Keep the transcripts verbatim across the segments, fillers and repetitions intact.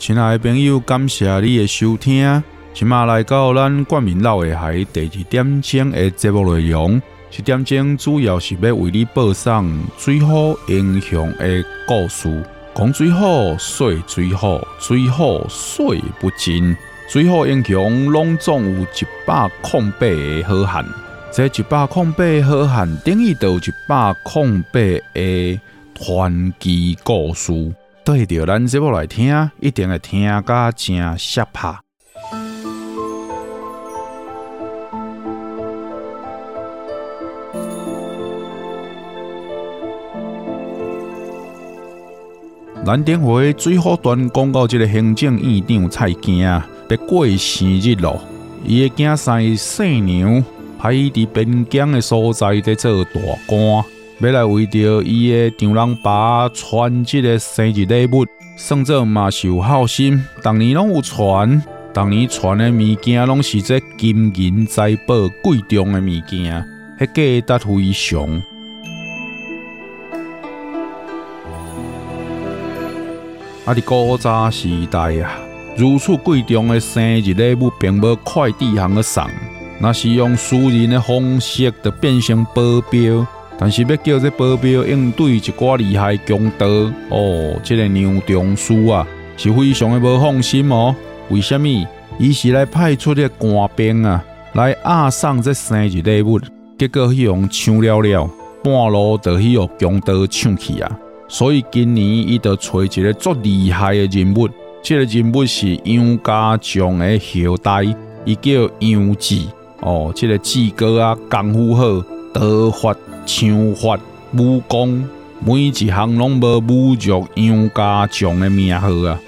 亲爱的朋友，感谢你的收听。今仔来到咱冠名老的海第二点钟的节目内容，这点钟主要是要为你报送水好英雄的故事。讲水好，水水好，水好水不尽。水好英雄拢总有一百空八个好汉。这一百空八个好汉等于就一百空八个传奇故事。对着咱节目来听，一定会听甲真适拍。咱顶回最好段讲到这个行政院长蔡京啊，要过生日咯。伊的囝婿姓娘派伊伫边疆的所在在做大官，要来为着伊的丈人爸传这个生日礼物，算做嘛是有孝心。逐年拢有传，逐年传的物件拢是这金银财宝贵重的物件，迄价值非常。啊！伫古早时代啊，如此贵重的生日礼物，并无快递行去送，那是用私人的方式，就变成保镖。但是要叫这保镖应对一寡厉害强盗，哦，这个娘中书啊，是非常的无放心哦。为什么？伊是来派出这官兵啊，来押送这生日礼物，结果迄样抢了了，半路就迄个强盗抢去啊。所以今年伊就找一个足厉害的人物，这个人物是杨家将的后代，伊叫杨志。哦，这个志哥啊，功夫好，刀法、枪法、武功，每一项拢无侮辱杨家将的名号啊。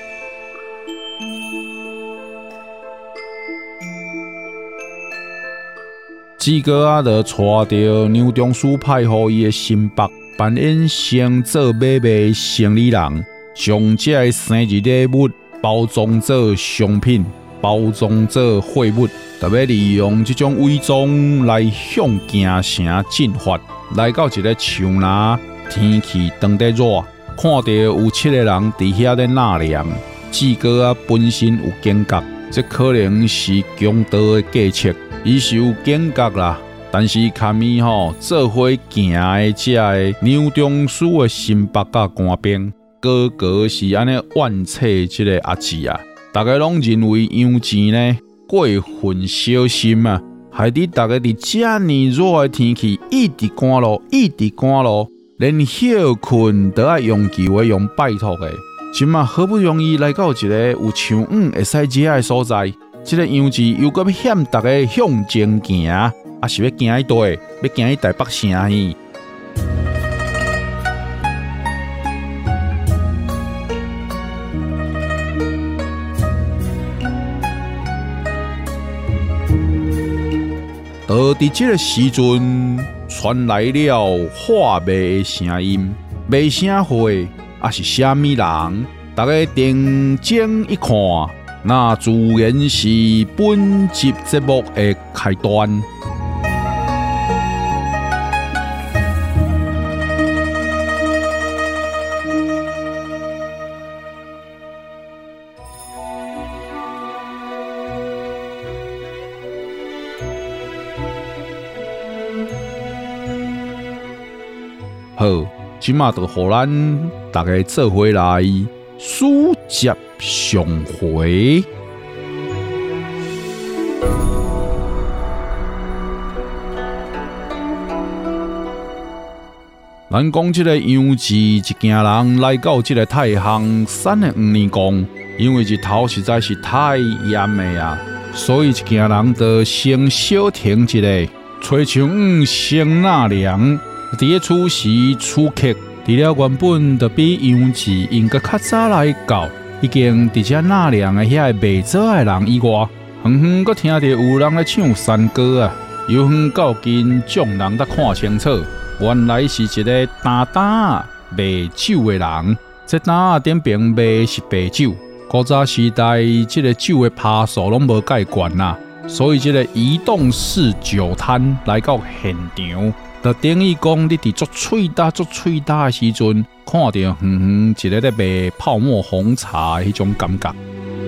志哥啊，就带着牛中书派予伊的新北。扮演成做买卖生意人，将这个生日礼物包装做商品，包装做货物，特别利用这种伪装来向京城进发。来到一个树林，天气当得热，看到有七个人伫遐咧纳凉。志哥啊，本身有警觉，这可能是强盗的计策，伊是有警觉啦。但是看伊吼做伙行的这个牛中书的新北甲官兵，个个是安尼怨切这个阿姊啊！大家拢认为杨志呢过分小心啊，害得大家伫这么热的天气一直赶路，一直赶路，连休困都要用求的用拜托的。今嘛好不容易来到一个有树荫会使食的所在，这个杨志又搁要险大家向前行。啊，是要行去倒，要行去台北城去。就伫这个时阵，传来了话卖的声音，卖啥货？啊是虾米人？大家定睛一看，那自然是本集节目的开端。好，即马就互咱大家做伙来书接上回。咱讲即个杨志一行人来到即个太行山的五年宫，因为日头实在是太炎的啊，所以一行人就先小停一下，吹树荫先纳凉。伫咧此时此刻，除了原本就比杨志应该较早来到，已经伫遮纳凉的遐个卖早的人以外，远远阁听到有人咧唱山歌啊，由远到近，众人才看清楚，原来是一个担担卖酒的人。这担仔顶边卖是白酒，古早时代这个酒的趴数拢无介悬啦，所以这个移动式酒摊来到现场。 就等于讲你伫足喙焦、足喙焦的时阵，看到远远一个咧卖泡沫红茶的迄种感觉。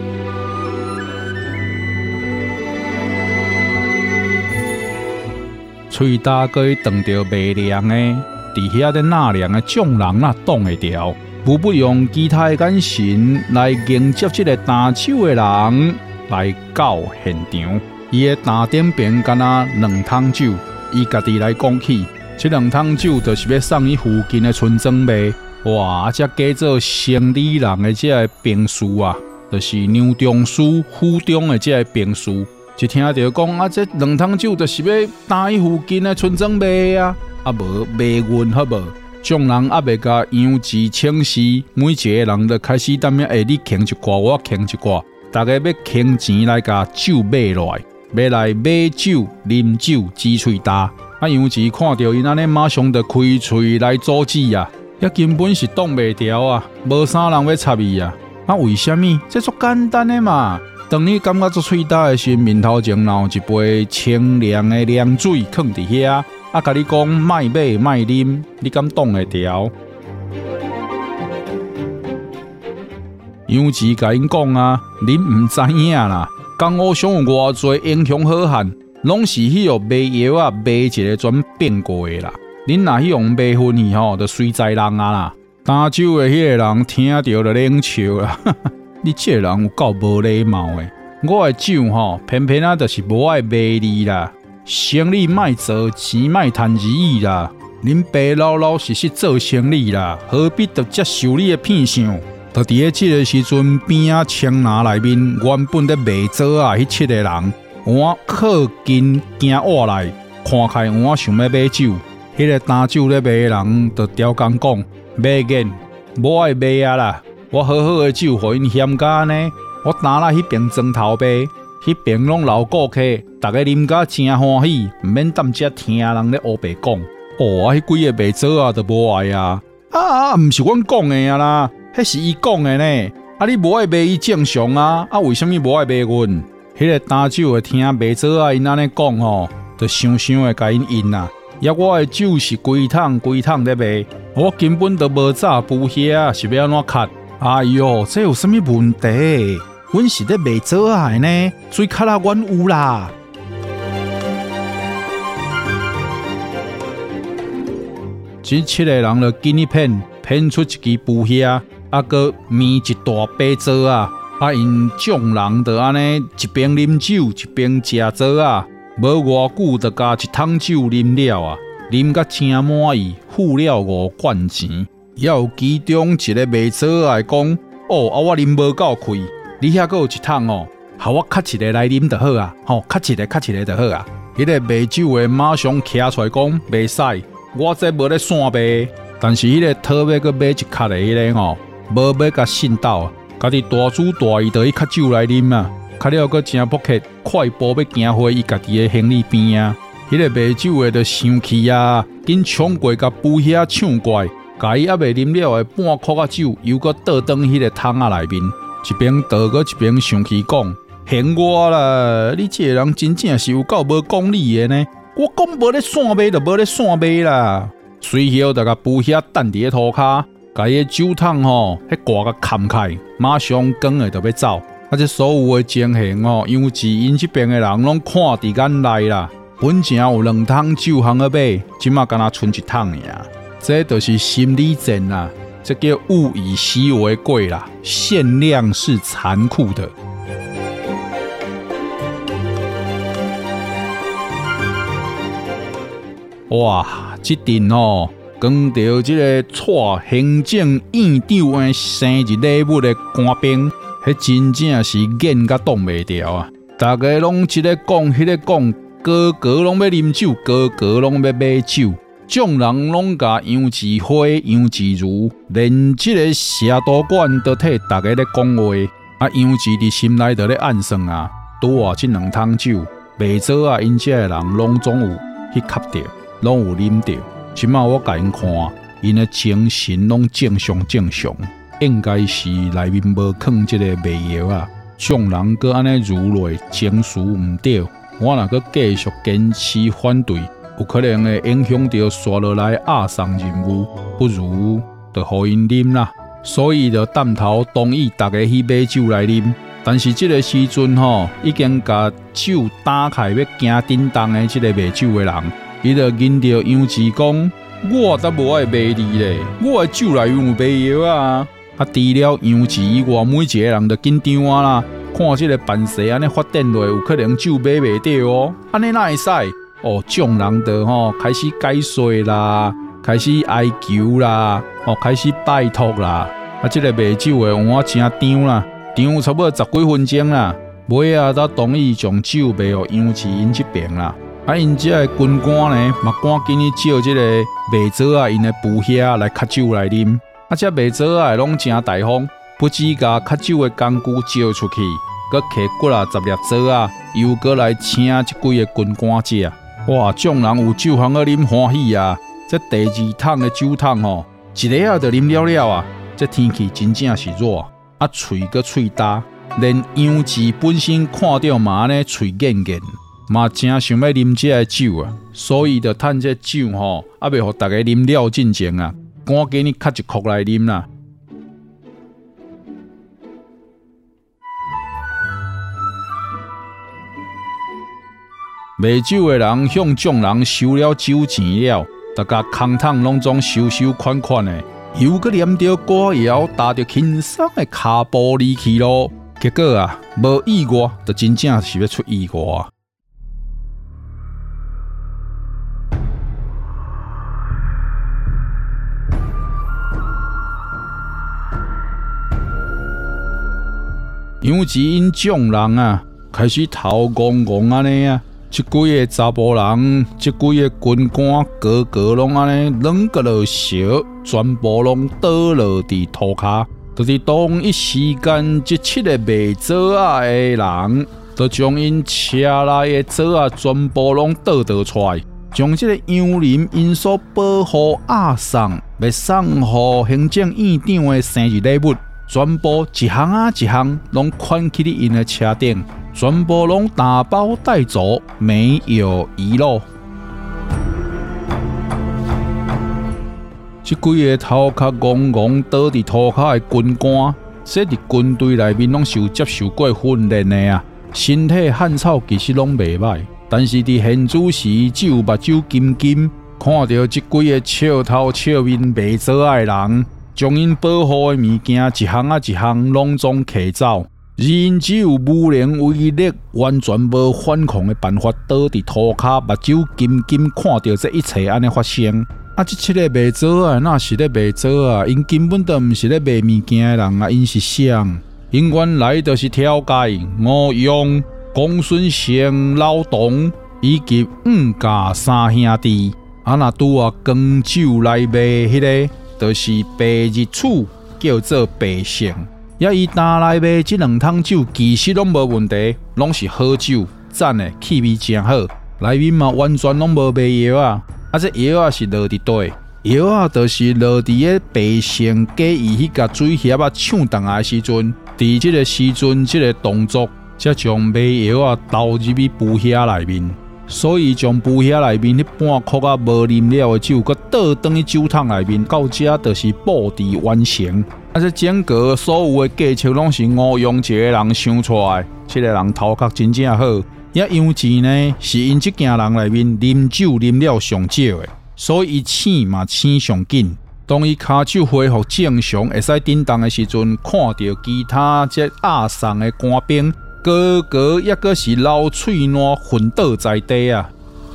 喙焦可以当到卖凉的，伫遐咧纳凉的众人哪挡会掉？无不用其他的眼神来迎接这个打酒的人来到现场。伊的打顶边敢若两桶酒，伊家己来讲起，这两桶酒就是要送伊附近的村庄卖。哇！这叫做生理人的这个兵士啊，就是牛中书府中的这个兵士，就听到讲啊，这两桶酒就是要打伊附近的村庄卖啊，啊无卖运好无？众人还未甲杨志请示，每一个人就开始踮遐，哎，你倾一挂，我倾一挂，大家要倾钱来甲酒买落来，要来买酒、啉酒、挤喙焦。啊，杨志看到因安尼，马上就开喙来阻止啊！也根本是挡袂牢啊，无啥人要插伊啊！啊，为什么？这足简单的嘛。当你感觉足喙焦的时，面头前若有一杯清凉的凉水放伫遐。啊！甲你讲，卖买卖啉，你敢挡会牢？杨志甲因讲啊，恁唔知影啦，江湖上有偌侪英雄好汉，拢是去用卖药啊卖一个转变过的啦。恁若去用卖薰去吼，就衰在人啊啦。打酒的迄个人听到就冷笑啦，你这个人有够无礼貌的。我的酒吼，偏偏啊就是无爱卖你啦。生意卖做，钱卖赚而已啦。恁爸老老实实做生意啦，何必得接受你的骗相？就伫咧这个时阵，边啊枪拿内面原本咧卖做啊，迄七个人，我靠近行活来，看开我想要买酒，迄、那个打酒咧卖的人就刁工讲，卖紧，无爱卖啊啦！我好好的酒，互因嫌甲呢，我打来迄边砖头卖。迄边拢老顾客，大家啉甲真欢喜，毋免踮遮听人咧黑白讲。哦，啊，迄几个卖做啊，都无爱啊！啊，毋是阮讲的啊啦，迄是伊讲的呢。啊，你无爱卖伊正常啊，啊，为什么无爱卖阮？迄个打酒的听卖做啊，因安尼讲吼，就想想的甲因应啊。抑我的酒是规桶规桶咧卖，我根本都无早布遐，是要安怎咳？哎哟，这有啥物问题？阮是咧卖做啊呢，水卡啦，阮有啦。这七个人就紧一骗，骗出一支布遐，啊个面一大杯做啊，啊因众人就安尼一边啉酒一边食做啊，无偌久就加一桶酒啉了啊，啉甲真满意，付了五贯钱。也有其中一个卖做啊讲，哦啊我啉无够开。你遐阁有一桶哦，好我卡一个来啉就好啊，吼，卡一个卡一个就好啊。迄个卖酒的马上徛出来讲，袂使，我这无咧散卖。但是迄个讨要阁买一卡的迄个吼，无要甲信道，家己大主大意就去卡酒来啉啊。卡了阁真迫切，快步要行回伊家己的行李边啊。迄个卖酒的就生气啊，紧冲过甲布遐抢过来，甲伊还未啉了的半箍仔酒，又阁倒转迄个桶仔内面。一边倒个一边生气讲，嫌我啦！你这个人真正是有够无讲理的呢！我讲无咧散卖就无咧散卖啦。随后就甲布遐等伫个涂骹，甲伊酒桶吼，迄挂甲砍开，马上赶的就要走。啊，这所有的情形吼，因为因这边的人拢看伫眼内啦。本正有两桶酒通要买，即马敢若剩一桶尔，这就是心理战啦。这叫物以稀为贵啦，限量是残酷的。哇，这阵哦，讲到这个带行政院长的生日礼物的官兵，迄真正是瘾甲挡袂牢啊！大家拢一个讲，迄个讲，个个拢要啉酒，个个拢要买酒。众人拢甲杨志辉、杨志如，连这个蛇都馆都替大家咧讲话。啊，杨志伫心内就咧暗算啊，拄啊这两桶酒，卖做啊，因这个人拢总有去吸着，拢有啉着。即马我甲因看，因的精神拢正常正常，应该是内面无放这个卖药啊。众人搁安尼如落，情绪毋对，我若搁继续坚持反对。 有可能会影响到刷落来压送任务，不如就互因啉啦。所以就担头同意大家去买酒来啉。但是这个时阵吼，已经甲酒打开要行叮当的这个卖酒的人，伊就认着杨志讲，我才无爱卖你咧，我的酒内有卖药啊！啊，除了杨志以外，每一个人都紧张啊啦，看这个办事安尼发展落，有可能酒买袂到哦，安尼哪会使？哦，众人就吼开始解说啦，开始哀求啦，哦，开始拜托啦，啊，这个卖酒的换真张啦。张差不多十几分钟啦，尾啊才同意将酒卖予杨志因这边啦。啊，因这个军官呢，嘛赶紧去叫这个卖酒啊，因的部下来喝酒来啉。啊，这卖酒啊拢真大方，不止甲喝酒的工具招出去，佮摕骨啊十粒酒啊，又佮来请这几个军官食。哇，众人有酒通去啉欢喜啊！这第二桶的酒桶吼，一个啊就啉了了啊！这天气真正是热。啊，喙个喙焦，连杨志本身看到嘛呢，喙严严，嘛真想要啉这个酒啊，所以就趁这酒吼，啊袂互大家啉了进前啊，赶紧你卡一壳来啉啦。卖酒的人向众人收了酒钱了，大家空桶拢总收收款款的。又搁念着歌谣，踏着轻松的脚步离去咯。结果啊，无意外，就真正是要出意外。杨志因众人啊，开始头戆戆安尼啊。这几个查甫人，这几个军官，个个拢安尼两个落烧，全部拢倒落伫涂骹。就是同一时间，这七个卖酒仔的人，就将因车内的酒仔全部拢倒倒出来，将这个杨林因所保护押送，要送予行政院长的生日礼物，全部一项啊一项拢款起伫因的车顶。全部拢打包带走，没有遗漏。这几个头壳戆戆倒伫涂骹的军官，说伫军队内面拢是有接受过训练的啊，身体汉草其实拢袂歹，但是伫现主时只有目睭金金，看到这几个笑头笑面卖酒仔的人，将因保护的物件一项啊一项拢总摕走。因只有无能为力，完全无反抗的办法，倒伫涂骹，目睭金金看到这一切安尼发生。啊，这七个卖酒啊，哪是咧卖酒啊？因根本都毋是咧卖物件的人啊，因是啥？因原来就是调解吴用、公孙成、老董以及五家三兄弟。啊，若拄啊光酒来卖迄个，就是白日厝，叫做白胜。也伊拿来卖这两桶酒，其实拢无问题，拢是好酒，赞的，气味真好。内面嘛完全拢无卖药啊，啊这药啊是落伫底，药啊就是落伫个白胜假伊迄甲水盒啊抢动来的时阵，伫这个时阵这个动作，才将卖药啊倒入去布盒内面。所以将布盒内面迄半壳啊无啉了的酒，佮倒转去酒桶内面，到这就是布置完成。啊，这整个所有的计策拢是吴用一个人想出来，这个人头壳真正好。也杨志呢，是因这件人内面啉酒啉了上少的，所以伊醒嘛醒上紧。当伊骹手恢复正常，会使振动的时阵，看到其他这押送的官兵，个个也阁是流喙烂，昏倒在地啊！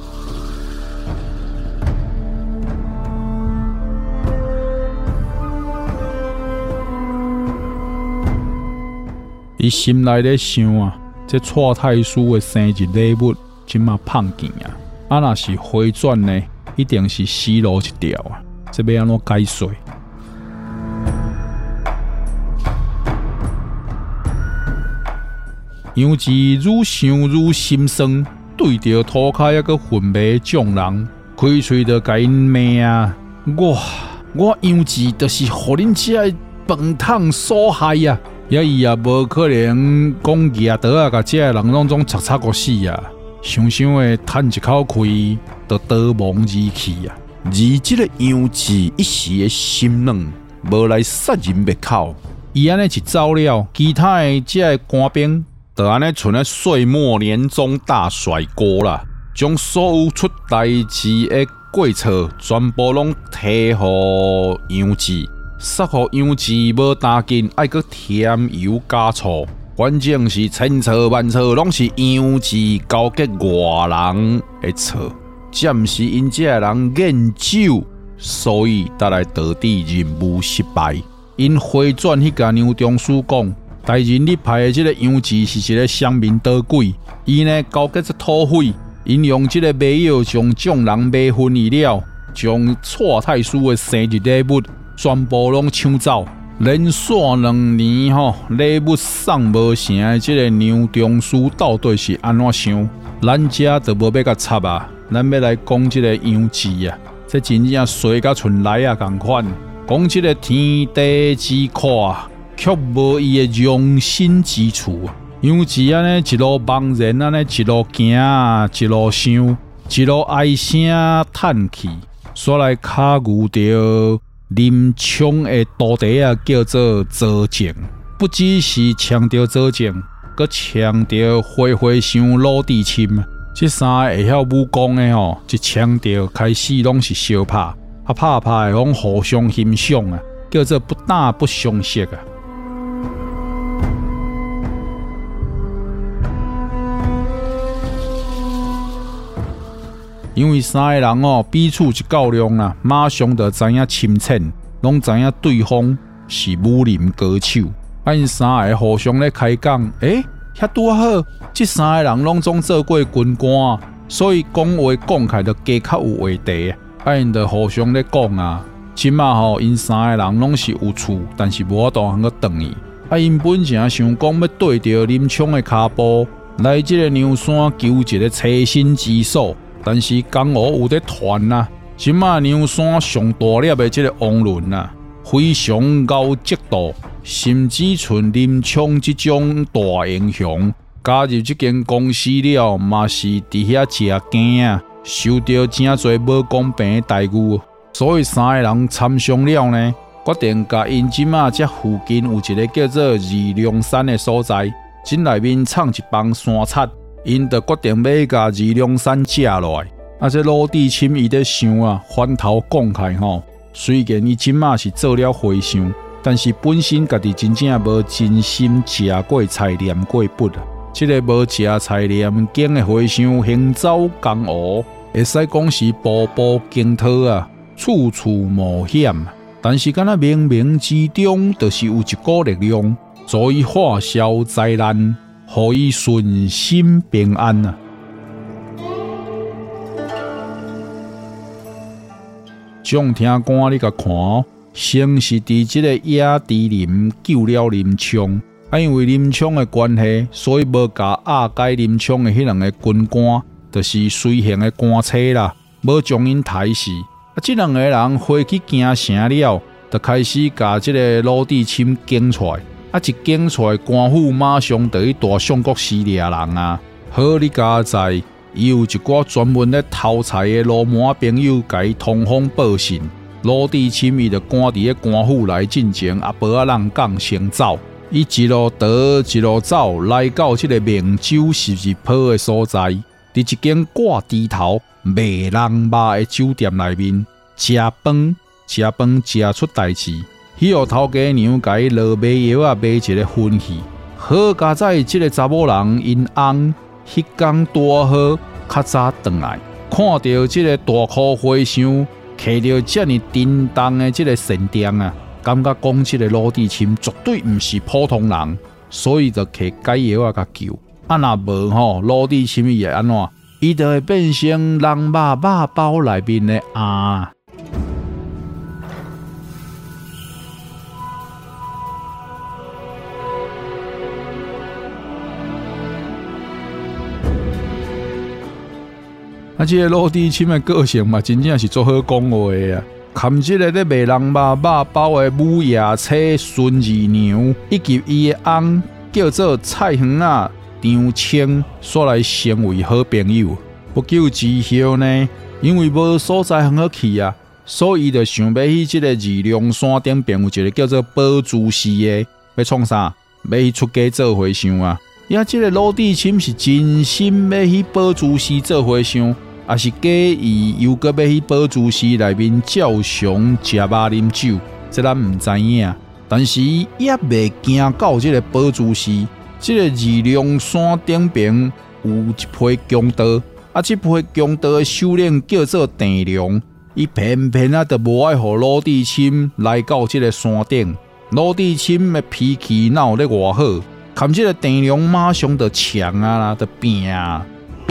伊心内咧想啊，这蔡太师的生日礼物即马胖见啊！啊，若是回转呢，一定是死路一条啊！这要安怎解说？杨志愈想愈心酸，对着涂骹一个混迷众人，开嘴就甲因骂啊！我我杨志就是互恁这饭桶所害啊！也伊也无可能讲举刀啊，甲这人拢总插插个死啊！ 想想的叹一口气，就倒亡而去啊！而这个杨志一时的心软，无来杀人灭口。伊安尼一走了，其他的这个官兵就安尼剩咧岁末年终大甩锅啦，将所有出代志的过错全部拢提互杨志，杀互杨志无打紧，爱搁添油加醋。反正是千错万错，拢是杨志交给外人的错。暂时因这个人饮酒，所以才来导致任务失败。因回转迄甲杨中书讲，台人立派的这个杨志是一个乡民倒鬼，伊呢交给这土匪，因用这个迷药将众人迷昏去了，将蔡太师的生日礼物全部拢抢走。连续两年吼，礼物送无成的这个杨中书到底是安怎想？咱遮就无要甲插啊！咱要来讲这个杨志啊，这真正衰甲剩来啊共款。讲这个天地之阔，却无伊的容身之处。杨志安尼一路茫然，安尼一路行，一路想，一路唉声叹气，煞来卡牛着林冲的徒弟啊，叫做左正。不只是强调左正，阁强调回回想鲁智深。这三个会晓武功的吼，一强调开始拢是相拍，啊拍拍拢互相欣赏啊，叫做不打不相识啊。因为三个人哦彼此一较量啦，马上就知影深浅，拢知影对方是武林高手。啊，因三个互相咧开讲，诶、欸。遐拄好，这三个人拢总做过军官，所以讲话讲起来就加较有话题。啊，因就互相咧讲啊，即马吼，因三个人拢是有厝，但是无法度通去转去。啊，因本正想讲要对着林冲的骹步，来这个梁山求一个栖身之所，但是江湖有在传啊，即马梁山上大粒的这个王伦啊，非常高嫉妒。甚至像林冲这种大英雄加入这间公司了，嘛是伫遐食惊啊，受到真侪无公平的待遇。所以三个人参详了呢，决定甲因即马这附近有一个叫做二龙山的所在，真内面藏一帮山贼，因就决定要甲二龙山借落来。啊，这鲁智深伊在想啊，翻头讲开吼，虽然伊即马是做了回想。但是本身家己真正无真心食过菜念过笔啊！这个无食菜念经的和尚行走江湖，会使讲是步步惊涛啊，处处冒险。但是敢若冥冥之中，就是有一股力量，足以化消灾难，予伊顺心平安啊！众听官你甲看哦。先是伫即个野猪林救了林冲，啊，因为林冲的关系，所以无甲押解林冲的迄两个军官，就是随行的官车啦，无将因杀死。啊，即两个人回去京城了，就开始甲即个鲁智深惊出来。啊，一惊出来，官府马上就去大相国司掠人啊！好，你家知，伊有一寡专门咧偷财的罗马朋友，甲伊通风报信。鲁智深伊就赶伫咧官府来进前，啊，无啊人讲先走，伊一路倒一路走，来到即个明州十字坡的所在，伫一间挂猪头卖人肉的酒店内面食饭，食饭食出代志，迄个头家娘甲伊落卖药啊，卖一个昏去。好佳在即个查某人因翁迄天多好，较早转来，看到即个大箍和尚。摕到这尔叮当的这个神殿啊，感觉讲这个鲁智深绝对不是普通人，所以就摕解药啊甲救。啊若无吼，鲁智深伊会安怎？伊就会变成人肉肉包内面的鸭。啊，这个鲁智深的个性嘛，真正是做好讲话的啊！看这个咧卖人肉肉包的母夜叉孙二娘，以及伊的翁叫做菜园啊，伫张清煞来成为好朋友。不久之后呢，因为无所在通好去啊，所以就想要去即个二龙山顶边有一个叫做宝珠寺的，要创啥？要去出家做和尚啊！呀，即个罗智深是真心要去宝珠寺做和尚，还是假意又搁要去宝珠寺内面照常食肉啉酒？这咱唔知影。但是也未行到即个宝珠寺，即、这个二龙山顶边有一批强道，啊，这批强道的首领叫做郑良，伊偏偏啊，就无爱互罗智深来到即个山顶。罗智深的脾气哪有咧偌好，看即个郑良马上就抢啊啦，就拼啊！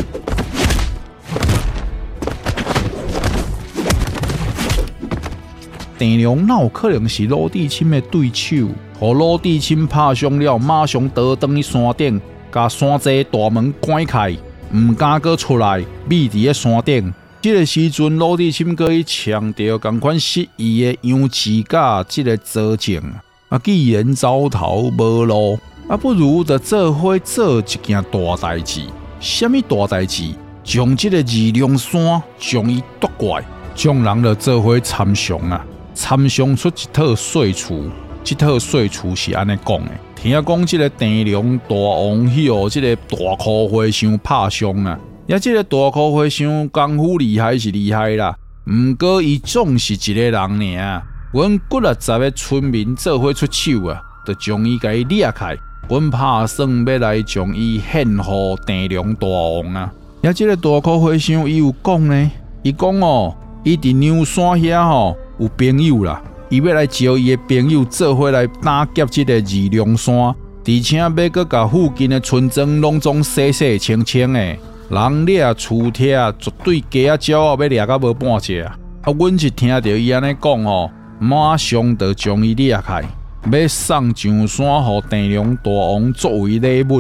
郑良哪有可能是罗智深的对手？互罗智深拍伤了，马上倒转去山顶，甲山脊大门关起，唔敢搁出来，秘伫咧山顶。这个时阵，罗智深搁去强调同款失意的杨志甲这个造证。啊，既然走投无路，啊，不如就做伙做一件大代志。什么大代志？将这个二龙山将伊夺过来，众人就做伙参详啊，参详出一套说辞。这套说辞是安尼讲的：听讲这个郑良大王去互这个大箍和尚拍伤啊，也这个大箍和尚功夫厉害是厉害啦，毋过伊总是一个人尔。阮几啊十个村民做伙出手啊，就将伊给掠开。阮打算要来将伊献予郑良大王啊！也这个大箍和尚伊有讲呢，伊讲哦，伊伫牛山遐吼有朋友啦，伊要来招伊的朋友做伙来打劫这个二龙山，而且要搁甲附近的村庄拢总洗洗清清的。人掠厝贴绝对鸡啊鸟啊要掠到无半只啊！啊，阮是听到伊安尼讲吼。马上就将伊掠开，要送上山予郑良大王作为礼物。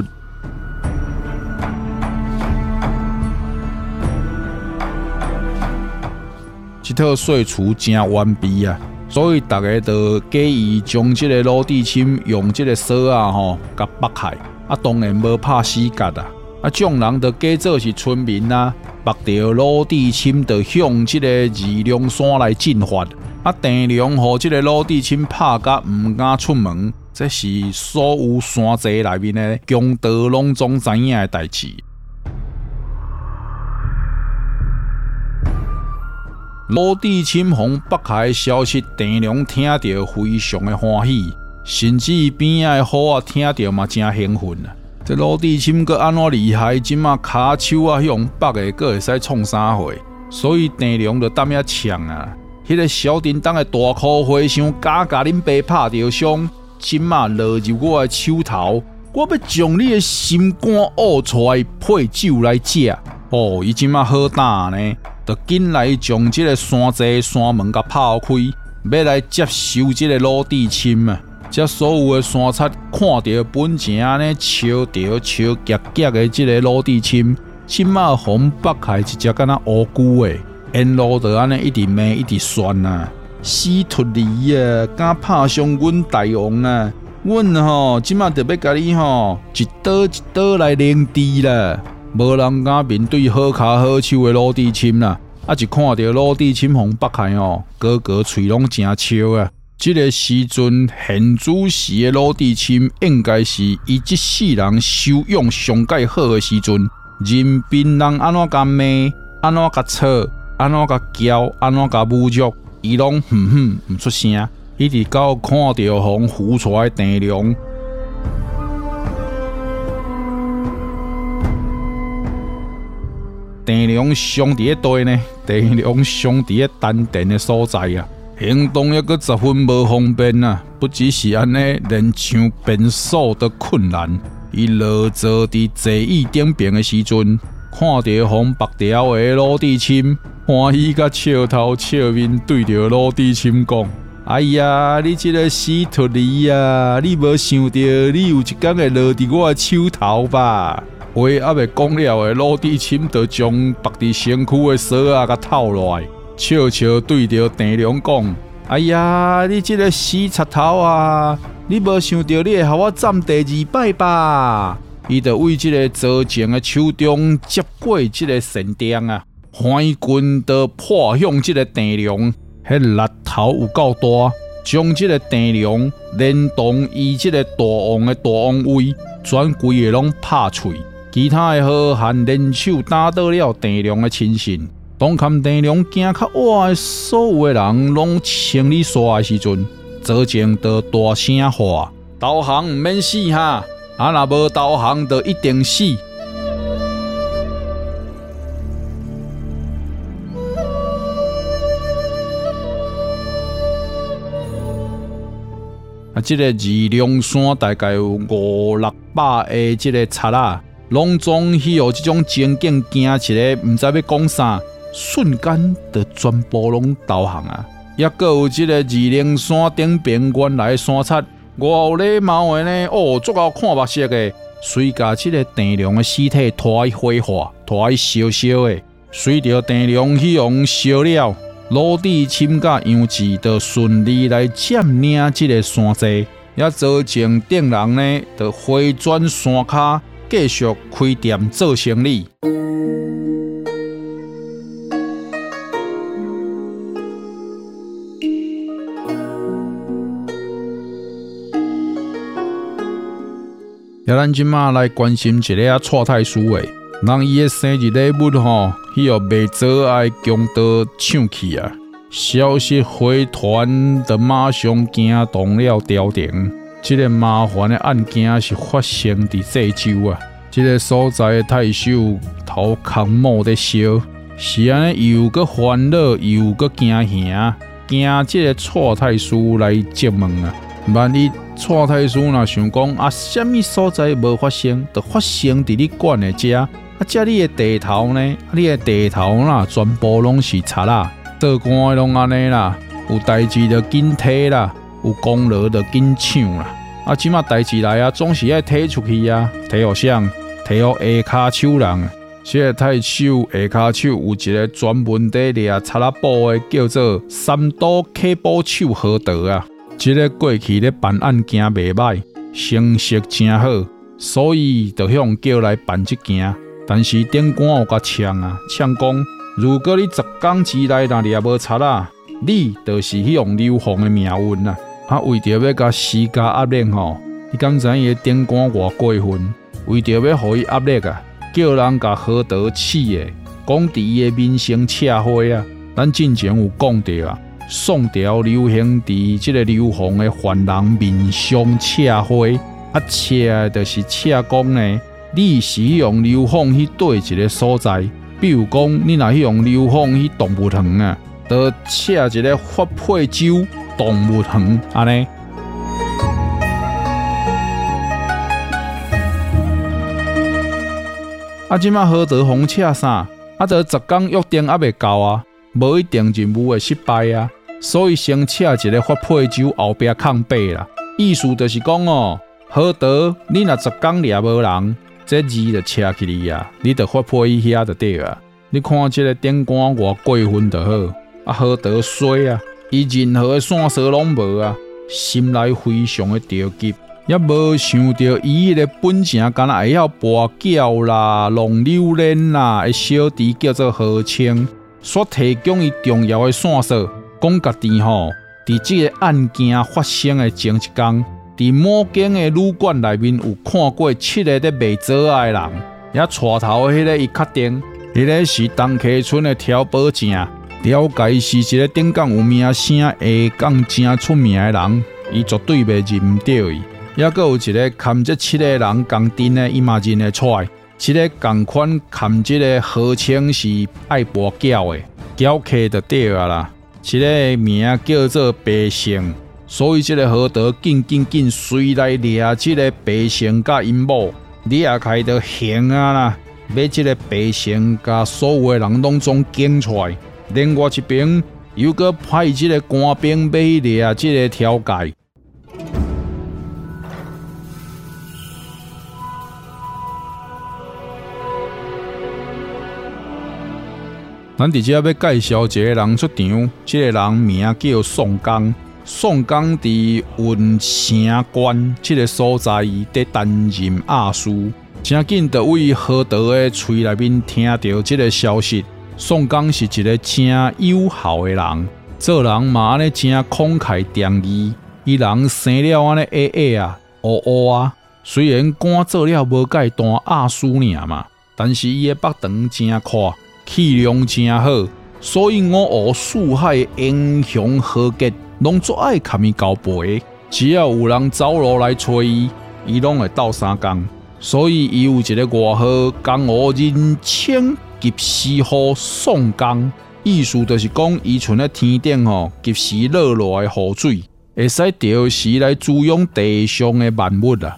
这套说辞真完备啊，所以大家就假意将这个罗智深用这个锁啊吼，甲绑开。啊，当然无拍死角啊。啊，众人就假做是村民啊，绑着罗智深就向这个二龙山来进发。啊，郑良和这个罗智深拍甲唔敢出门，这是所有山寨内面的强盗拢总知影的代志。罗智深互北海的消息，郑良听到非常的欢喜，甚至边仔的虎啊听到嘛真兴奋啊！这罗智深阁安怎厉害？即马骹手啊向北的，阁会使创啥货？所以郑良就担遐呛啊！迄个小叮当的大箍和尚，假甲恁爸拍着伤，即马落入我的手头，我要将你的心肝挖出来配酒来食。哦，伊即马好胆呢，就紧来将即个山寨山门甲拍开，要来接收即个罗智深啊！这所有的山贼看到本钱安尼笑着笑夹夹的即个罗智深，即马红北海一只敢若乌龟的。沿路就安尼一直骂一直酸啊！死秃狸啊，敢拍伤阮大王啊！阮吼即马就要甲你吼一刀一刀来凌迟啦！无人敢面对好骹好手的罗智深啦！啊，一看到罗智深红北海吼，个个喙拢真笑啊！这个时阵现主时的罗智深，应该是伊即世人修养上介好的时阵，任凭人安怎甲骂，安怎甲吵。安怎甲叫，安怎甲侮辱，伊拢哼哼唔出声，一直到看到红浮出来郑良。郑良上伫个地呢，郑良上伫个丹田的所在啊，行动抑阁十分无方便啊，不只是安尼，连上便所都困难。伊落坐伫座椅顶边的时阵，看到红白条的罗智深。欢喜甲笑头笑面对着罗智深讲：“哎呀，你这个死秃狸啊！你无想到你有一天会落伫我的手头吧？”话还未讲了的，罗智深就将绑伫身躯的锁啊甲套落来，笑笑对着郑良讲：“哎呀，你这个死贼头啊！你无想到你会互我斩第二摆吧？” 伊就为即个造成的手中接过即个神钉啊，淮军就破向即个郑良，迄力头有够大，将即个郑良连同伊即个大王的大王位，全规个拢拍碎。其他的好汉联手打倒了郑良的亲信。当看郑良惊较晚的所有的人拢清理煞的时阵，左前就大声喊：投降毋免死哈！啊，若无投降，就一定死。啊，即、这个二龙山大概有五六百个即个贼仔，拢总去互即种情景惊一个，毋知要讲啥，瞬间就全部拢投降啊！也阁有即个二龙山顶边原来山贼。偌有礼貌的呢，哦，足够看目色的，随甲即个郑良的尸体拖去火化，拖去烧烧的。随着郑良去用烧了，罗地侵甲杨志，就顺利来占领即个山寨，也造成郑人呢，就回转山骹，继续开店做生意。也咱即马来关心一个蔡太师诶，人伊诶生日礼物吼，去互卖做爱强盗抢去啊！消息回传，就马上惊动了朝廷。即、这个麻烦的案件是发生伫济州啊！即、这个所在的太守头壳冒在烧，是安尼又搁烦恼又搁惊吓，惊即个蔡太师来质问啊！万一蔡太师若想讲啊，什么所在无发生，就发生伫你管的遮，啊，遮你的地头呢？啊，你的地头啦，全部拢是贼啦，做官的拢安尼啦，有代志就紧摕啦，有功劳就紧抢啦。啊，即马代志来啊，总是爱摕出去啊，摕互谁？摕互下骹手人。即个太守下骹手有一个专门伫掠贼仔宝的，叫做三刀刻宝手何德啊。即个过去咧办案件袂歹，成绩真好，所以就向叫来办即件。但是顶官有甲呛啊，呛讲，如果你十天之内若掠无贼仔，你就是迄种流放的命运啊！啊，为着要甲施加压力吼，你敢知伊顶官偌过分？为着要互伊压力啊，叫人甲何德起的，讲伫伊的面前赤花啊！咱之前有讲着啊。宋朝流行伫即个流放的犯人面上赤花，啊，赤就是赤讲呢，你是用流放去对一个所在，比如讲你若去用流放去动物园啊，就赤一个发配州动物园安尼。啊，即马何德红赤啥？啊，就十天约定还袂够啊！无一定任务会失败啊，所以先请一个发配州后壁抗背啦。意思就是讲哦，何德你若十天掠无人，这字就车起你啊，你就发配去遐就对啊。你看这个顶官偌过分就好，啊何德衰啊，伊任何的线索拢无啊，心内非常的着急，也无想到伊迄个本钱敢若会晓跋筊啦、弄榴莲啦，的小弟叫做何清。所提供伊重要的线索，讲家己吼，伫即个案件发生的前一天，伫某间的旅馆内面有看过七个咧卖做爱的人，也带头迄个伊确定，迄个是东溪村的挑宝正，了解是一个顶港有名声、下港真出名的人，伊绝对袂认唔到伊。也阁有一个含这七个人共阵的，伊嘛认会出来。即个共款含即个何清是爱跋筊的，筊客就对啊啦。即个名叫做白胜，所以即个何德紧紧紧随来掠即个白胜甲因某，掠开就行啊啦，要即个白胜甲所有的人拢总惊出来。另外一边又阁派即个官兵要去掠即个条界。咱伫遮要介绍一个人出场，这个人名叫宋刚。宋刚伫云城关这个所在，伫担任亚书。 真紧就为何德的嘴内面听到这个消息。宋江是一个真有孝的人，做人嘛安尼真慷慨仗义。伊人生了安尼矮矮啊、乌乌啊，虽然官做了无介单亚叔尔嘛，但是伊的腹肠真阔，气量真好，所以我学四海英雄豪杰，拢最爱含伊交陪。只要有人走路来找伊，伊拢会斗相共。所以伊有一个外号，江湖人称及时雨宋江，意思就是讲伊像咧天顶吼及时落落来雨水，会使调时来滋养地上的万物啊。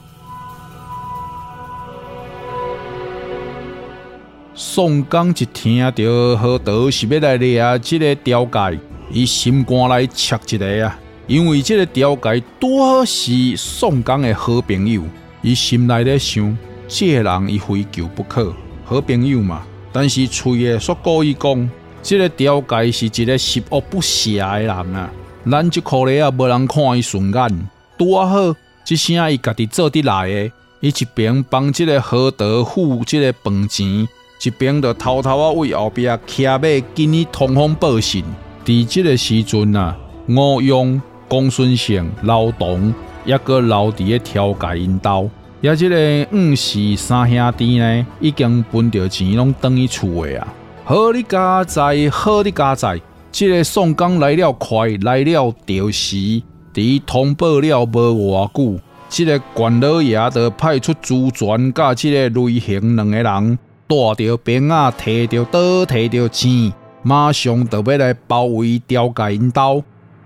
宋江一听到何德是要来掠这个条界，伊心肝来切一个啊，因为这个条界拄好是宋江的好朋友，伊心内咧想，这个人伊非救不可，好朋友嘛。但是嘴的却故意讲，这个条界是一个十恶不赦的人啊。咱这颗粒啊，无人看伊顺眼，拄好，这声伊家己做得来的。伊一边帮这个何德付这个饭钱，一边就偷偷啊为后壁骑马紧去通风报信。伫这个时阵啊，吴用、公孙胜、刘同也个留伫个条界因兜。也这个五氏三兄弟呢，已经分着钱拢转去厝的啊。好你家在，好你家在。这个宋江来了快，来了着时，伫通报了无偌久，这个关老爷就派出朱全甲这个雷行两个人，带着兵啊，摕着刀，摕着钱，马上就要来包围条界因兜。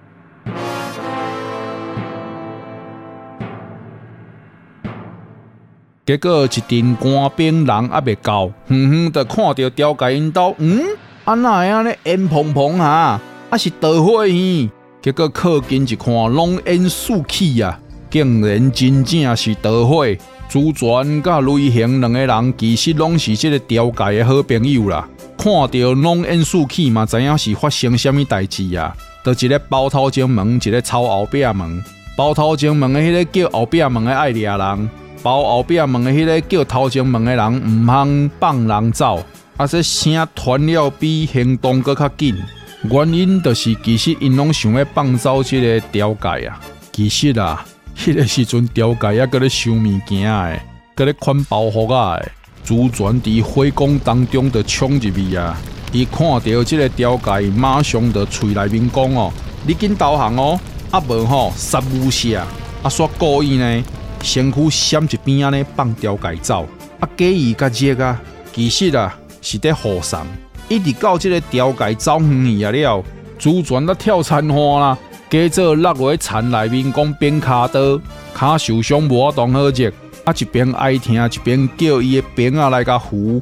结果一阵官兵人还未到，远远就看到条界因兜，嗯，安那会安尼烟蓬蓬哈，啊是导火线。结果靠近一看，拢烟四起啊，竟然真正是导火。朱全甲雷行两个人其实拢是这个条界的好朋友啦，看到拢烟四起嘛，知影是发生什么代志啊？就一个包头前门，一个抄后壁门。包头前门的迄个叫后壁门的爱掠人。包后壁门的迄个叫头前门的人唔通放人走，啊！这声传了比行动搁较紧，原因就是其实因拢想要放走这个条界啊。其实啊，迄、那个时阵条界也搁咧收物件诶，搁咧款包袱啊诶。朱全伫火光当中就冲入去啊！伊看到这个条界，马上就嘴内面讲哦：“你紧投降哦，啊无吼杀无赦！”啊，煞故意呢。身躯闪一边仔呢，放条界走，啊，假意甲热啊，其实啊是在护送，一直到这个条界走远去啊了，朱全都跳残花啦，加做落落田内面讲变骹刀，骹受伤无当好热，啊一边哀听一边叫伊的兵仔来甲扶。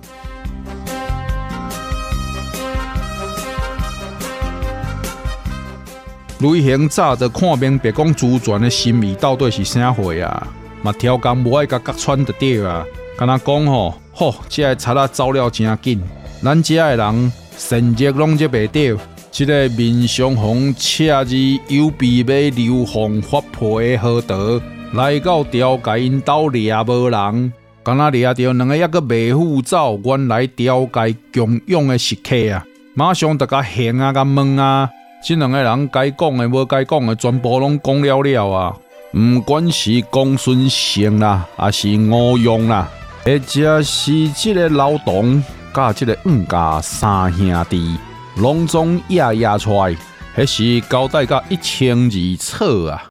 雷行早就看明白讲朱全的心意到底是啥货啊！嘛挑工无爱甲隔穿就对啊！敢若讲吼，吼，这个贼仔走了真紧，咱这个人神力拢接袂到。这个面上红赤字有备要流放发配的何德，来到条界因兜掠无人，敢若掠着两个抑个未赴走，原来条界强勇的食客啊！马上就甲现啊甲问啊！这两个人该讲的、无该讲的，全部拢讲了了啊！不管是公孙胜啦，还是吴用啦，或者是这个刘同，甲这个五家三兄弟，拢总压压出来，迄是交代甲一清二楚啊！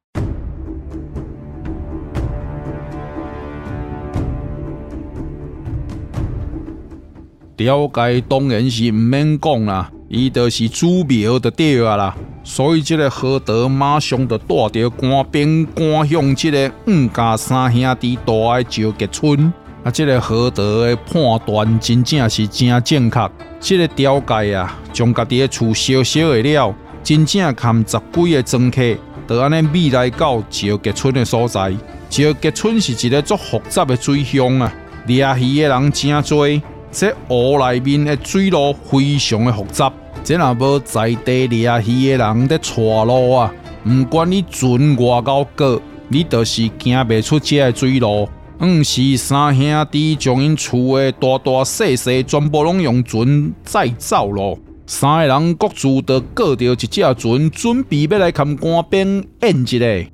条界当然是唔免讲啦。伊就是主庙就对啊啦，所以这个何德马上就带着官兵赶向这个五家三兄弟住的石碣村。啊，这个何德的判断真正是真正确。这个条界啊，将家己的厝烧烧的了，真正含十几个庄客，就安尼米来到石碣村的所在。石碣村是一个足复杂的水乡啊，掠鱼的人真多。这湖内面的水路非常的复杂，这若无在地掠鱼的人在带路啊，唔管你船外高高，你就是行袂出这个水路。 毋是三兄弟将因厝的大大细细全部拢用船载走咯。三个人各自都各着一只船，准备要来看官兵演一个。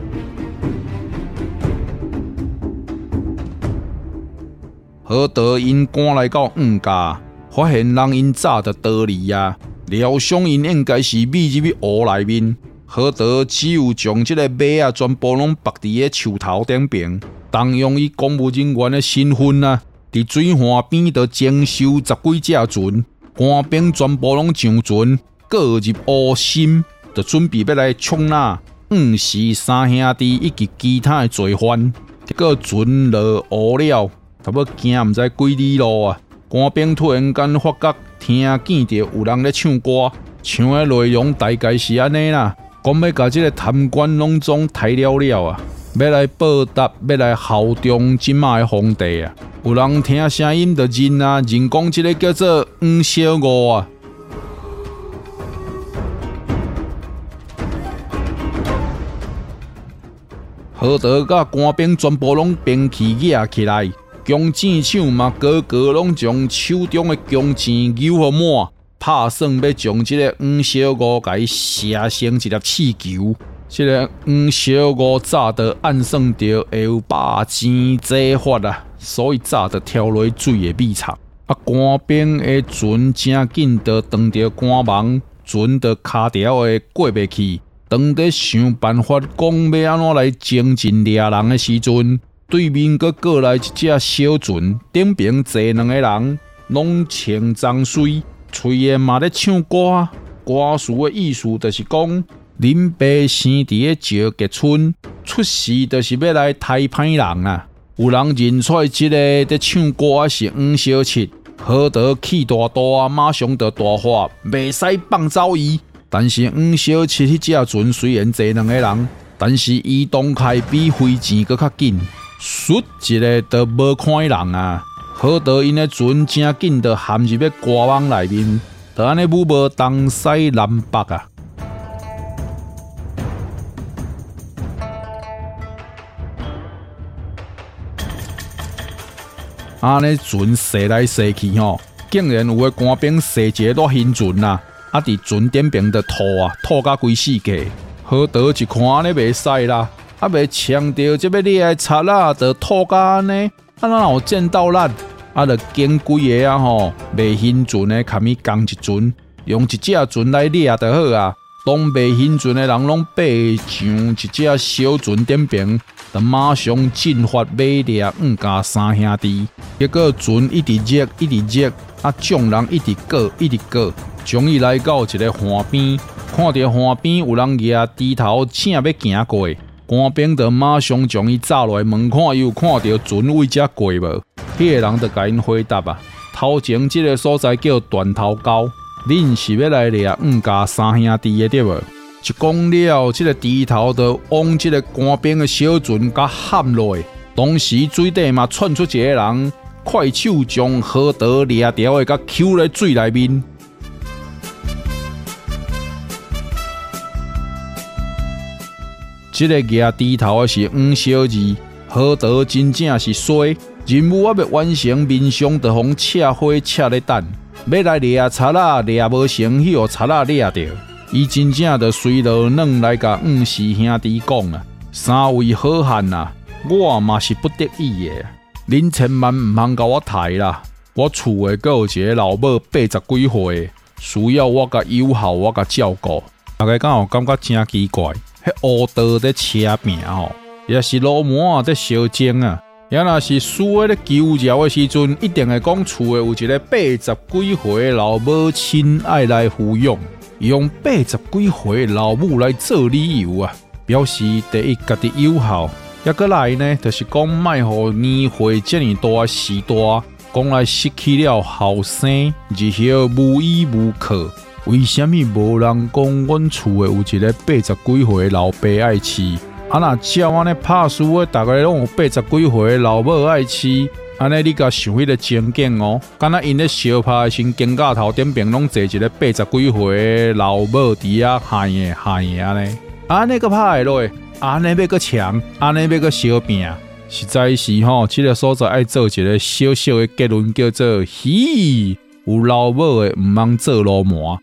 何德因赶来到黄家，发现人因早就逃离啊，料想因应该是秘入去湖内面。何德只有将这个马啊全部拢绑伫个树头顶边，动用伊公务人员的身份啊，伫水岸边就征收十几只船，官兵全部拢上船，各入湖心，就准备要来捉拿黄氏三兄弟以及其他的罪犯。结果船落湖了。差不多行毋知几里路啊！官兵突然间发觉听见着有人咧唱歌，唱的内容大概是安尼啦，讲要甲这个贪官拢总抬了了啊，要来报答，要来效忠即马的皇帝啊！有人听声音就认啊，认讲这个叫做黄小五啊。何德甲官兵全部拢兵器举起来。弓箭手嘛，个个拢将手中的弓箭丢互满，拍算要将这个黄小五甲伊射成一粒气球。这个黄小五早就暗算着会有把钱这法啊，所以早就跳落水的秘藏。啊，官兵的船真紧就撞着官网，船就卡条的过袂去。当在想办法讲要安怎来精进掠人的时阵。对面阁过来一只小船，顶边坐两个人，拢穿脏水，嘴的嘛咧唱歌。歌词的意思就是讲，恁爸生伫个石碣村，出世就是要来杀歹人啊。有人认出这个在唱歌是黄小七，何德气大大，马上就大发，袂使放走伊。但是黄小七迄只船虽然坐两个人，但是移动开比飞钱阁较紧。唰一个都无看人啊！何德因的船真紧就陷入个瓜网内面，就安尼舞无东西南北啊！安尼船驶来驶去吼，竟然有个官兵驶一个大型船啊！啊，伫船顶边就吐啊，吐甲规世界。何德一看安尼袂使啦！啊！未强调这要掠贼啦，就吐甲安尼，啊哪有见到咱？啊，就拣几个啊吼，袂兴船的，堪伊共一船，用一只船来掠就好啊。当袂兴船的人拢爬上一只小船顶边，就马上进发要掠黄家三兄弟。结果船一直热，一直热，啊，众人一直过，一直过，终于来到一个岸边，看到岸边有人举低头，正要行过。官兵就马上将伊抓来问看，伊有看到船位遮过无？迄、那个人就甲因回答啊，头前即个所在叫断头沟，恁是要来掠黄家三兄弟的对无？一讲了，即、这个低头就往即个官兵的小船甲喊落，同时水底嘛窜出一个人，快手将何德掠条的甲揪在水内面。这个举低头的是黄小二，何德真正是衰，任务还未完成，面上就互赤火赤咧等，要来掠贼仔，掠无成，去互贼仔掠着。伊真正就随落软来甲黄氏兄弟讲啊，三位好汉啊，我嘛是不得已的，恁千万唔通甲我抬啦，我厝的阁有一个老母八十几岁，需要我甲友好，我甲照顾。大家敢有感觉真奇怪？迄乌道在车病吼，也是老母在烧蒸啊。也若是输咧求饶的时阵，一定会讲厝诶有一个八十几岁的老母亲爱来抚养，用八十几岁的老母来做理由啊，表示第一家己友好，也过来呢，就是讲卖互年岁这么大时大，讲来失去了后生，日后无依无靠。为什么无人讲阮厝诶有一个八十几岁的老爸爱饲？啊，若照安尼拍输诶，大家拢有八十几岁的老母爱饲，安尼你甲想迄个情景哦，敢若因咧烧拍先肩胛头顶边拢坐一个八十几岁的老母伫遐喊诶喊诶安尼，安尼个拍会落，安尼要个强，安尼要个烧饼， 实在是吼，这个所在爱做一个小小的结论，叫做嘻，有老母的唔通做老麻。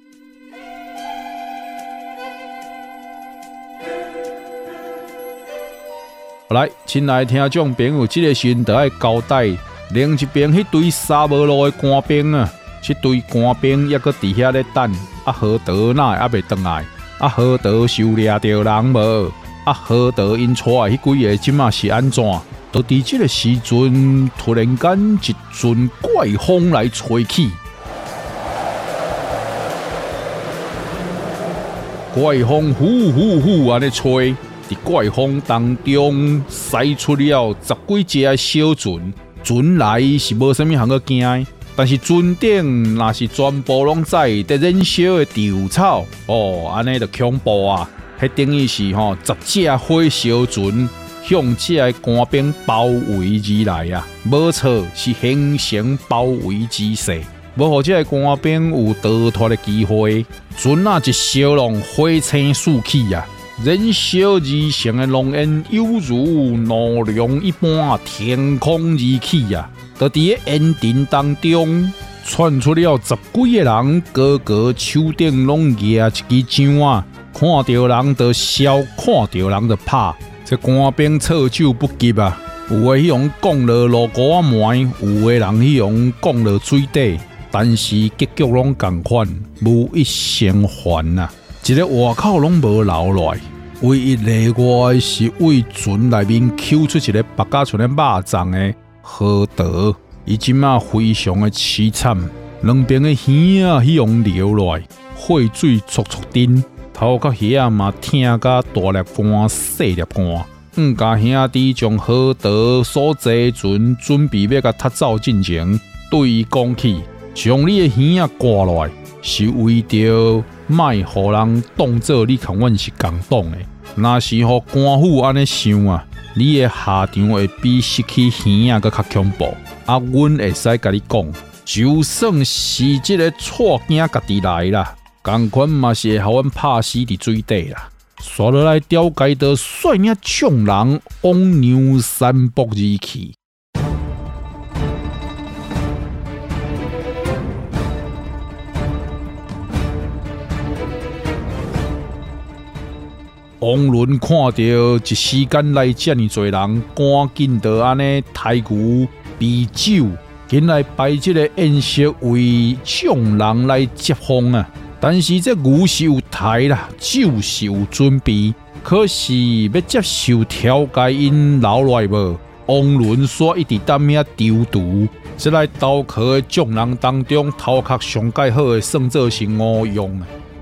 来，亲爱的听众朋友，这个时阵就爱交代，另一边迄堆沙无路的官兵啊，这堆官兵抑搁伫遐咧等，啊何德哪会还袂转来？啊何德是有掠着人无？啊何德因带迄几个即马是安怎？就伫这个时阵，突然间一阵怪风来吹起，怪风呼呼呼安尼吹。伫怪风当中，驶出了十几只的小船，船内是无啥物通个惊，但是船顶若是全部拢载伫燃烧的稻草，哦，安尼就恐怖啊！迄等于是吼十只火烧船向这个官兵包围而来啊！无错，是形成包围之势，无互这个官兵有逃脱的机会。船啊一烧拢火星四起啊！燃烧而成的浓烟，犹如怒龙一般天空而起啊！就伫个烟尘当中，窜出了十几个人，个个手顶拢举一支枪啊！看到人就烧，看到人就拍。这官兵措手不及啊！有的迄种降落路谷仔糜，有的人迄种降落水底，但是结局拢同款，无一生还啊！一个外口拢无留落来，唯一例外是为船内面抽出一个白甲像咧肉粽的何德，伊即马非常的凄惨，两边的耳啊，迄种流落来，血水簇簇滴，头壳耳啊嘛疼甲大粒汗、细粒汗。五家兄弟将何德所坐船准备要甲踢走进前，对伊讲起，将你的耳啊刮落来，是为着卖互人当作你同阮是共党的。若是互官府安尼想啊，你的下场会比失去耳啊阁较恐怖。啊，阮会使甲你讲，就算是即个错囝家己来啦，同款嘛是会互阮拍死伫水底啦。刷落来了解到率领众人往牛山北而去。王伦看到一时间来这么多人，赶紧就安尼抬牛备酒，紧来摆这个宴席为众人来接风啊！但是这牛是有抬啦，酒是有准备，可是要接受调解因留落来无？王伦煞一直担遐丢毒，这来投靠的众人当中，头壳上介好的算作是吴用啊。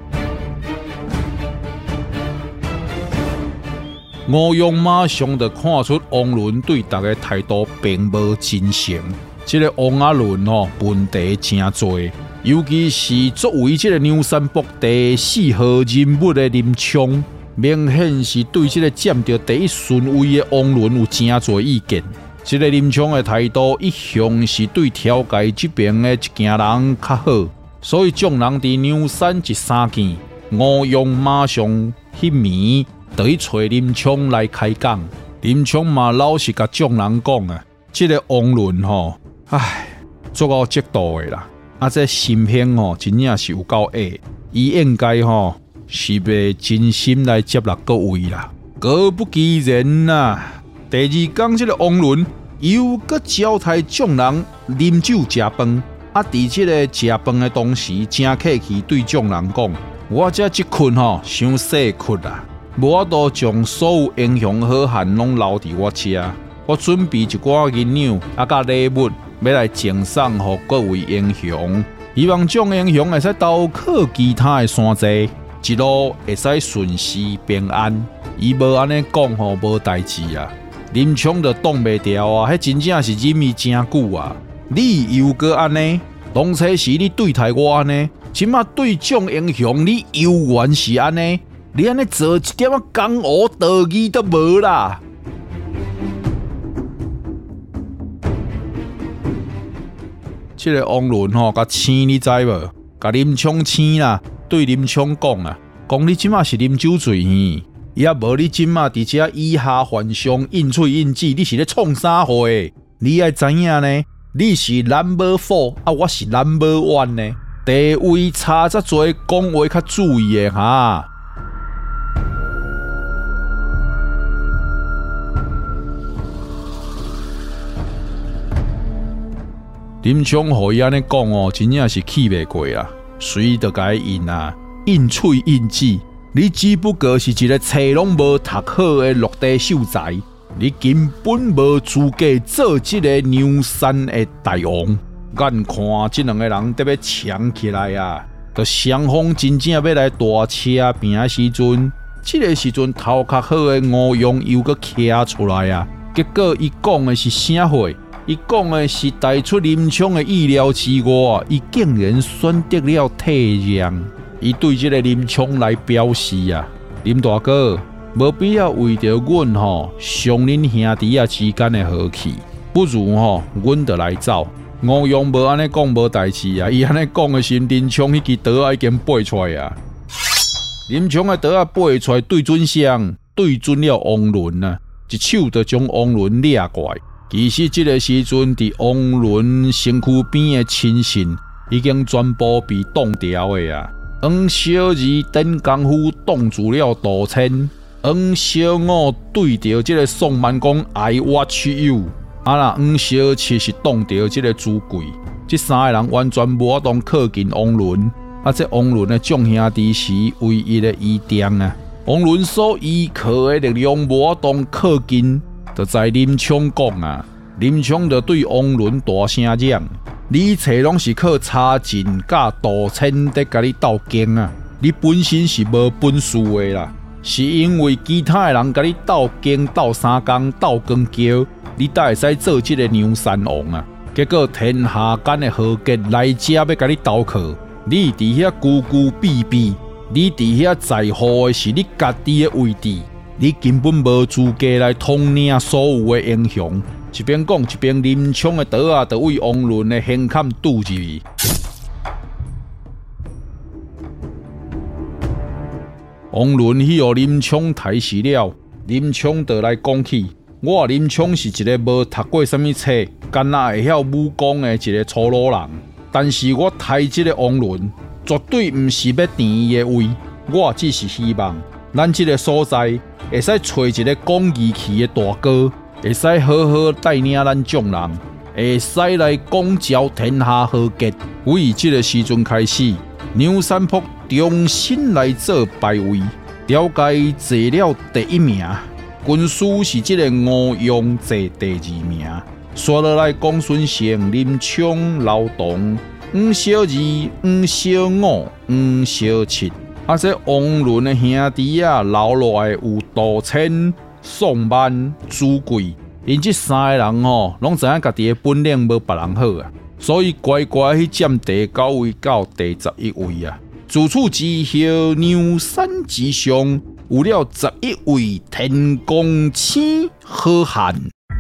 吴用马上就看出王伦对大家态度并无真诚，这个王阿伦吼问题真多。尤其是作为这个牛山北第四号人物的林冲，明显是对这个占着第一顺位的王伦有真多意见。这个林冲的态度一向是对调解这边的一家人较好，所以众人伫牛山一相见，吴用马上迄暝就去找林冲来开讲。林冲嘛老实甲众人讲啊，这个王伦吼，唉，做到极度的啦。啊，这心胸吼，真正是有够矮，伊应该吼是要真心来接纳各位啦。果不其然呐，第二天这个王伦又搁招待众人啉酒食饭，啊，伫这个食饭的同时，真客气对众人讲：我这一困吼，伤细困啦，无法度将所有英雄好汉拢留伫我遮，我准备一寡银两啊，甲礼物。要来赠送给各位英雄，希望众英雄会使投靠其他的山寨，一路会使顺时平安。伊无安尼讲吼，无代志啊！林冲就挡袂掉啊！迄真正是忍伊真久啊！你又搁安尼，当初是你对待我安尼，即马对众英雄你又原是安尼，你安尼做一点仔江湖道义都无啦！这个王伦吼，甲青你知无？甲林冲青啦，对林冲讲啊，讲你即马是啉酒醉耳， 也无你即马伫遮以下犯上，应喙应舌，你是咧创啥货？你爱知影呢？你是 number four 啊，我是 number one 呢，地位差遮多，讲话较注意的哈。林冲互伊安尼讲哦，真正是气袂过啦，随着甲伊应啊，应喙应舌。你只不过是一个册拢无读好的落地秀才，你根本无资格做这个牛山的大王。眼看这两个人得要抢起来啊，就双方真正要来大车拼的时阵，这个时阵头壳好的吴用又搁徛出来啊。结果伊讲的是啥话？伊讲的是带出林冲的意料之外，伊竟然选择了退让。伊对这个林冲来表示啊，林大哥，无必要为着阮吼伤恁兄弟啊之间的和气，不如吼阮就来走。吴用无安尼讲无代志啊，伊安尼讲的是林冲迄支刀已经拔出来啊。林冲的刀啊拔出来，对准谁？对准了王伦啊，一手就将王伦掠过来。其实这个时阵，伫王伦身躯边的亲信已经全部被冻掉的啊。黄小二等功夫冻住了杜迁，黄小五对着这个宋万讲 I watch you， 啊啦，黄小七是冻着这个朱贵，这三个人完全无法当靠近王伦。啊，这王伦的众兄弟是唯一的依仗啊。王伦所依靠的力量无法当靠近，就在林冲讲啊，林冲就对王伦大声嚷。你册拢是靠差劲甲杜迁在甲你斗劲啊！你本身是无本事的啦，是因为其他的人甲你斗劲、斗三工、斗光桥，你才会使做这个牛山王啊！结果天下间的豪杰来遮要甲你斗靠，你伫遐孤孤僻僻，你伫遐在乎的是你家己的位置，你根本无资格来统领所有的英雄。一边讲一边，林冲的刀啊，就为王伦的胸坎堵入去。王伦去互林冲抬死了，林冲就来讲起：我林冲是一个无读过什么册，干那会晓武功的一个粗鲁人。但是我抬这个王伦，绝对唔是要填伊的位，我只是希望咱这个所在会使找一个讲义气的大哥。会使好好带领咱众人，会使来广招天下豪杰。为这个时阵开始，牛山坡重新来做排位，了解坐了第一名，军师是这个吴用坐第二名，刷落来公孙成、林冲、刘同、黄小二、黄小五、黄小七，啊，这王伦的兄弟啊，留落来有杜迁、宋万、朱贵，因这三个人吼，拢知影家己的本领无别人好啊，所以乖乖去占第九位到第十一位啊。自此之后，牛山之上有了十一位天公星好汉。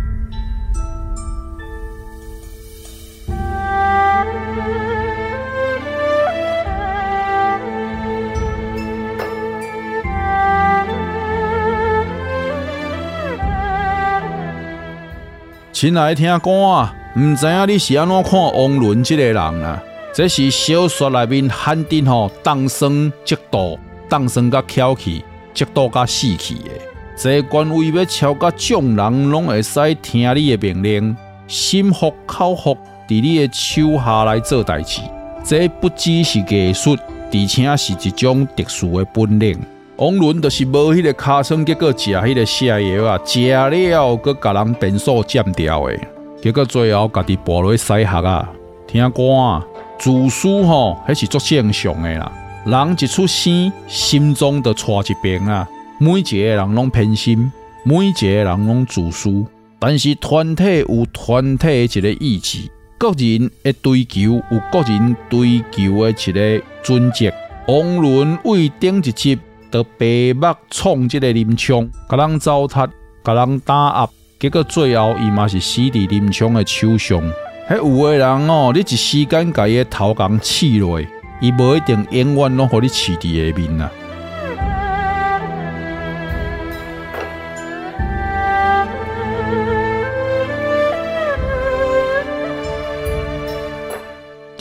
亲爱的听歌啊，唔知影你是安怎看王伦这个人啊？这是小说内面限定吼，当生极度，当生甲翘起，极度甲死去的。这官位要超甲众人拢会使听你的命令，心服口服，伫你的手下来做代志。这不只是艺术，而且是一种特殊的本领。王伦就是无迄个尻川，结果食迄个泻药啊，食了搁甲人变数占掉的，结果最后家己跋落去西学啊。听歌啊，自私吼，迄是足正常的啦。人一出生，心中就带一边啊。每一个人拢偏心，每一个人拢自私，但是团体有团体的一个意志，各人的追求有各人追求的一个准则。王伦为顶一集。就白目创这个林冲，甲人糟蹋，甲人打压，结果最后伊嘛是死伫林冲的手上。迄有个人哦，你一时间甲伊的头壳刺落，伊无一定永远拢互你刺伫下面啊。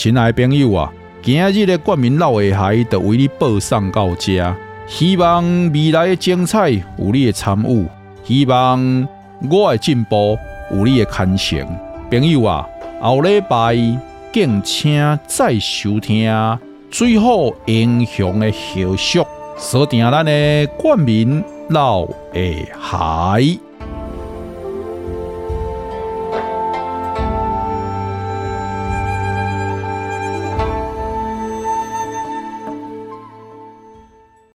亲爱的朋友啊，今日的冠名老下海就为你播送到这，希望未来的精彩有你的参与，希望我的进步有你的牵成。朋友啊，后礼拜敬请再收听最好英雄的消息，锁定咱的冠名老下海。